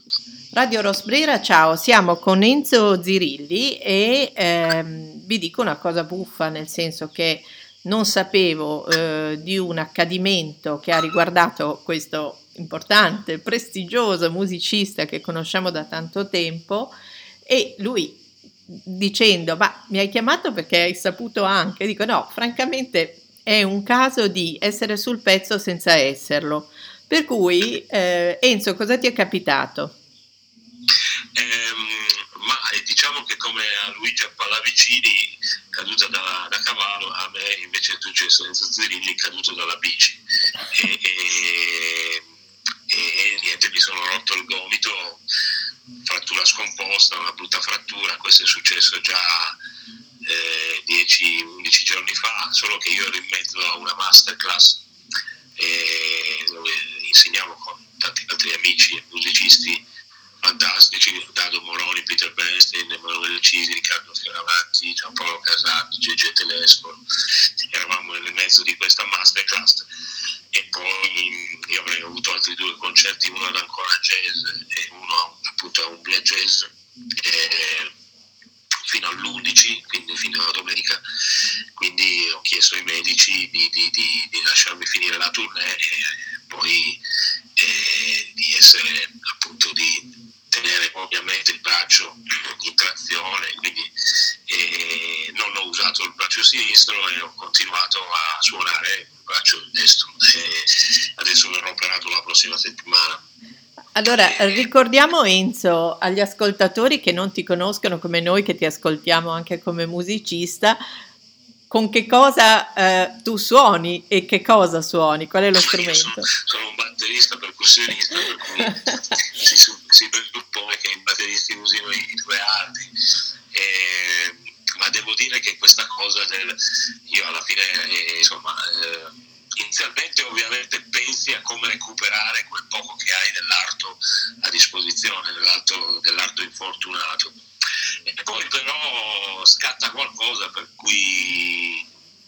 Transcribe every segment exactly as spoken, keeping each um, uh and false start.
Radio Rosbrera, ciao, siamo con Enzo Zirilli e ehm, vi dico una cosa buffa, nel senso che non sapevo eh, di un accadimento che ha riguardato questo importante, prestigioso musicista che conosciamo da tanto tempo e lui dicendo, ma mi hai chiamato perché hai saputo anche? Dico no, francamente è un caso di essere sul pezzo senza esserlo. Per cui, eh, Enzo, cosa ti è capitato? Ehm, ma eh, diciamo che come a Luigi a Pallavicini caduta da, da cavallo, a me invece è successo Enzo Zirilli caduto dalla bici e, e, e, e niente, mi sono rotto il gomito, frattura scomposta, una brutta frattura. Questo è successo già eh, dieci undici giorni fa, solo che io ero in mezzo a una masterclass eh, dove insegnavo con tanti altri amici e musicisti fantastici, Dado Moroni, Peter Bernstein, Emanuele Cisi, Riccardo Fioravanti, Giampaolo Casato, Gigi Telesforo. Eravamo nel mezzo di questa masterclass e poi io avrei avuto altri due concerti, uno ad Ancona Jazz e uno appunto a Umbria Jazz, eh, fino all'undici, quindi fino alla domenica. Quindi ho chiesto ai medici di, di, di, di lasciarmi finire la tournée e poi eh, di essere appunto di tenere ovviamente il braccio in trazione, quindi eh, non ho usato il braccio sinistro e ho continuato a suonare il braccio destro e adesso verrò operato la prossima settimana. Allora, ricordiamo Enzo agli ascoltatori che non ti conoscono come noi che ti ascoltiamo anche come musicista, con che cosa eh, tu suoni e che cosa suoni, qual è lo strumento? Sono, sono un batterista percussionista, per cui si, si presuppone che i batteristi usino i due arti. E, ma devo dire che questa cosa del io alla fine eh, insomma eh, inizialmente ovviamente pensi a come recuperare quel poco che hai dell'arto a disposizione, dell'arto, dell'arto infortunato, e poi però scatta qualcosa per cui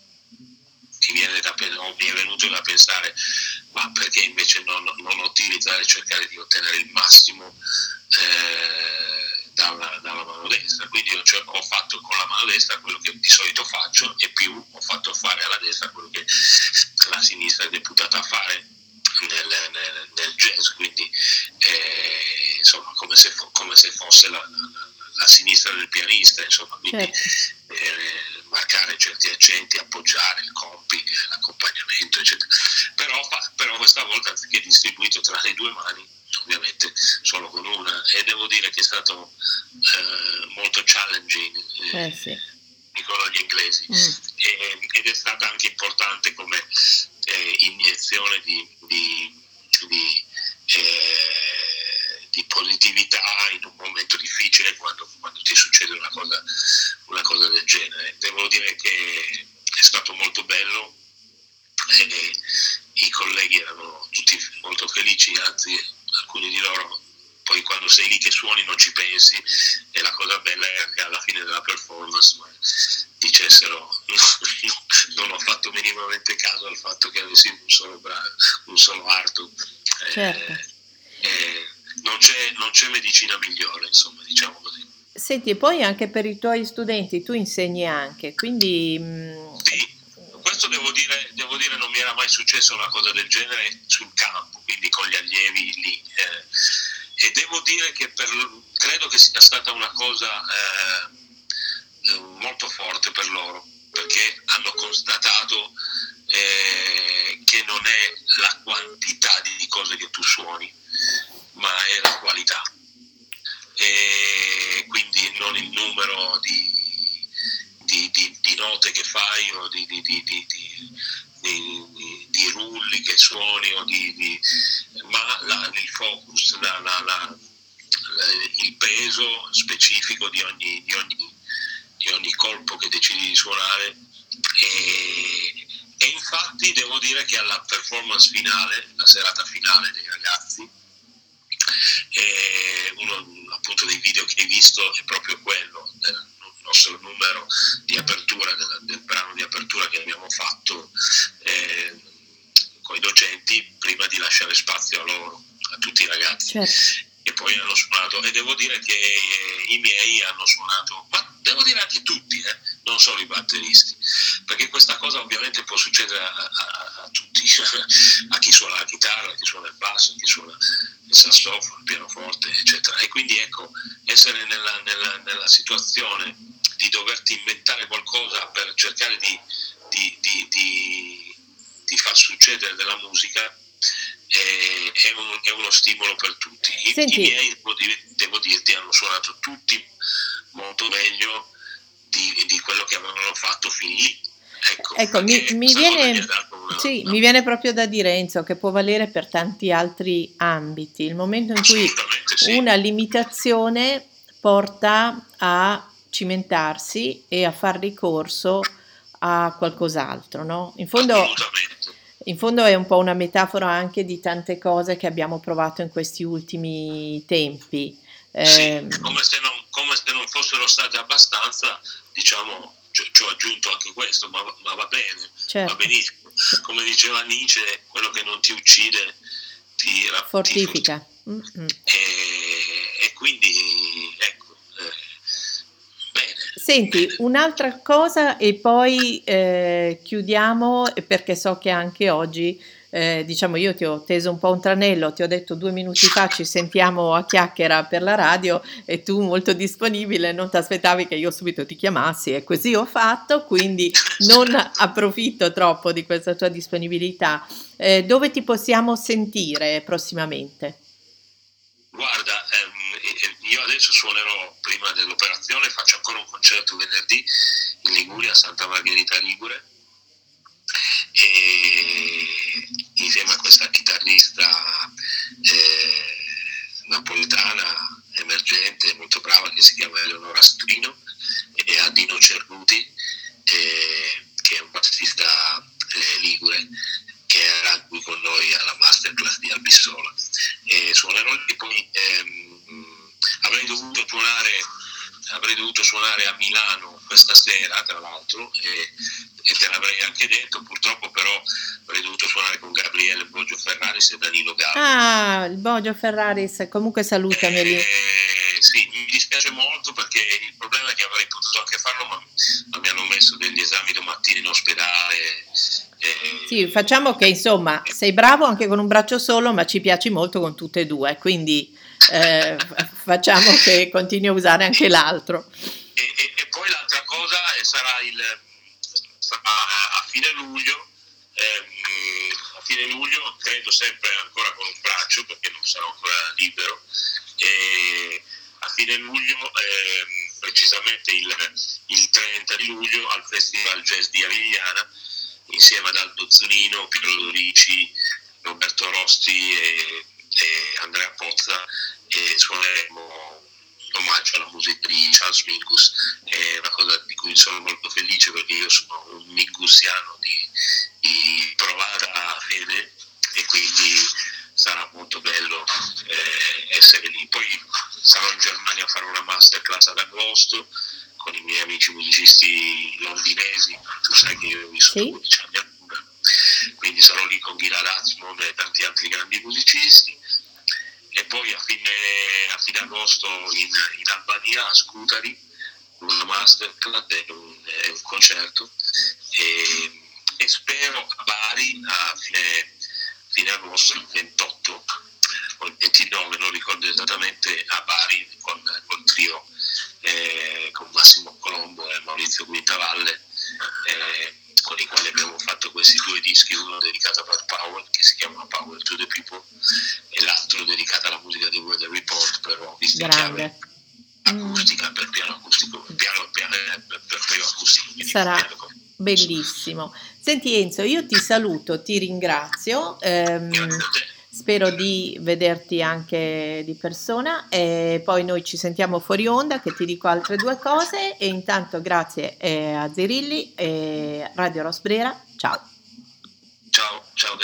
ti viene da, o mi è venuto da pensare ma perché invece non, non utilizzare e cercare di ottenere il massimo eh, dalla, dalla mano destra. Quindi io cioè, ho fatto con la mano destra quello che di solito faccio e più ho fatto fare alla destra quello che la sinistra è deputata a fare nel, nel, nel jazz, quindi eh, insomma come se, come se fosse la, la, la sinistra del pianista, insomma, quindi certo. eh, marcare certi accenti, appoggiare il comping, l'accompagnamento, eccetera. Però, però questa volta anziché distribuito tra le due mani, ovviamente solo con una, e devo dire che è stato eh, molto challenging, eh, eh sì. dicono gli inglesi, mm. e, ed è stata anche importante come eh, iniezione di, di, di eh, di positività in un momento difficile quando, quando ti succede una cosa, una cosa del genere. Devo dire che è stato molto bello e i colleghi erano tutti molto felici, anzi alcuni di loro poi quando sei lì che suoni non ci pensi e la cosa bella è che alla fine della performance dicessero non ho fatto minimamente caso al fatto che avessi un solo brano, un solo arto. Certo. Eh, eh, non c'è, non c'è medicina migliore, insomma, diciamo così. Senti, poi anche per i tuoi studenti tu insegni anche, quindi... Mh... Sì, questo devo dire, devo dire non mi era mai successo una cosa del genere sul campo, quindi con gli allievi lì. Eh, e devo dire che per, credo che sia stata una cosa eh, molto forte per loro, perché hanno constatato eh, che non è la quantità di cose che tu suoni, ma è la qualità, e quindi non il numero di, di, di, di note che fai o di, di, di, di, di, di, di rulli che suoni o di, di, ma la, il focus, la, la, la, il peso specifico di ogni, di, ogni, di ogni colpo che decidi di suonare. E, e infatti devo dire che alla performance finale, la serata finale dei ragazzi, e uno appunto dei video che hai visto è proprio quello del nostro numero di apertura, del, del brano di apertura che abbiamo fatto eh, con i docenti prima di lasciare spazio a loro, a tutti i ragazzi. Certo. E poi hanno suonato, e devo dire che i miei hanno suonato, ma devo dire anche tutti, eh, non solo i batteristi, perché questa cosa ovviamente può succedere a, a, a tutti, a chi suona la chitarra, a chi suona il basso, a chi suona il sassofono, il pianoforte, eccetera. E quindi ecco, essere nella, nella, nella situazione di doverti inventare qualcosa per cercare di, di, di, di, di far succedere della musica è, è, un, è uno stimolo per tutti. I, i miei, devo, devo dirti, hanno suonato tutti molto meglio di, di quello che avevano fatto fin lì. Ecco, ecco mi, mi, viene, una, sì, una... mi viene proprio da dire, Enzo, che può valere per tanti altri ambiti. Il momento in cui sì. una limitazione porta a cimentarsi e a far ricorso a qualcos'altro, no? In fondo, in fondo è un po' una metafora anche di tante cose che abbiamo provato in questi ultimi tempi. Sì, eh, come, se non, come se non fossero state abbastanza, diciamo, ci ho aggiunto anche questo, ma, ma va bene, certo. va benissimo. Come diceva Nietzsche, quello che non ti uccide ti fortifica. Ti fortifica. E, e quindi, ecco, eh, bene. Senti, bene. Un'altra cosa e poi eh, chiudiamo, perché so che anche oggi... Eh, diciamo io ti ho teso un po' un tranello, ti ho detto due minuti fa ci sentiamo a chiacchiera per la radio e tu molto disponibile, non ti aspettavi che io subito ti chiamassi e così ho fatto, quindi non approfitto troppo di questa tua disponibilità. Eh, dove ti possiamo sentire prossimamente? Guarda, ehm, io adesso suonerò prima dell'operazione, faccio ancora un concerto venerdì in Liguria, a Santa Margherita Ligure, e insieme a questa chitarrista eh, napoletana emergente, molto brava, che si chiama Eleonora Strino, e a Dino Cerruti, eh, che è un bassista eh, ligure, che era qui con noi alla masterclass di Albissola. E suonerò lì, poi ehm, avrei dovuto suonare avrei dovuto suonare a Milano questa sera, tra l'altro, e, e te l'avrei anche detto, purtroppo però avrei dovuto suonare con Gabriele Boggio Ferraris e Danilo Gallo. Ah, il Boggio Ferraris, comunque salutameli. Eh, sì, mi dispiace molto perché il problema è che avrei potuto anche farlo, ma, ma mi hanno messo degli esami domattina in ospedale. Eh, sì, facciamo che insomma sei bravo anche con un braccio solo, ma ci piaci molto con tutte e due, quindi... Eh, facciamo che continui a usare anche l'altro. E, e, e poi l'altra cosa sarà, il, sarà a fine luglio, ehm, a fine luglio, credo sempre ancora con un braccio perché non sarò ancora libero, e a fine luglio, ehm, precisamente il, il trenta di luglio, al Festival Jazz di Avigliana, insieme ad Aldo Zunino, Piero Dorici, Roberto Rosti e e Andrea Pozza, e suoneremo omaggio alla musica di Charles Mingus. È una cosa di cui sono molto felice perché io sono un mingusiano di, di provata fede, e quindi sarà molto bello eh, essere lì. Poi sarò in Germania a fare una masterclass ad agosto con i miei amici musicisti londinesi, tu sai che io ho vissuto sì. quindici anni a Londra, quindi sarò lì con Gilad Atzmon e tanti altri grandi musicisti. E poi a fine, a fine agosto in, in Albania, a Scutari, una masterclass e un, e un concerto, e, e spero a Bari a fine, fine agosto, il ventotto o il ventinove, non ricordo esattamente, a Bari con il trio, eh, con Massimo Colombo e Maurizio Quintavalle, eh, con i quali abbiamo fatto questi due dischi, uno dedicato a Brad Powell, che si chiama Power to the People, e l'altro dedicato alla musica di Weather Report, però in chiave acustica, per piano acustico, piano, piano, per, per trio acustico. Sarà piano. Bellissimo. Senti Enzo, io ti saluto, ti ringrazio, ehm, spero di vederti anche di persona, e poi noi ci sentiamo fuori onda che ti dico altre due cose, e intanto grazie eh, a Zirilli e Radio Rosbrera, ciao.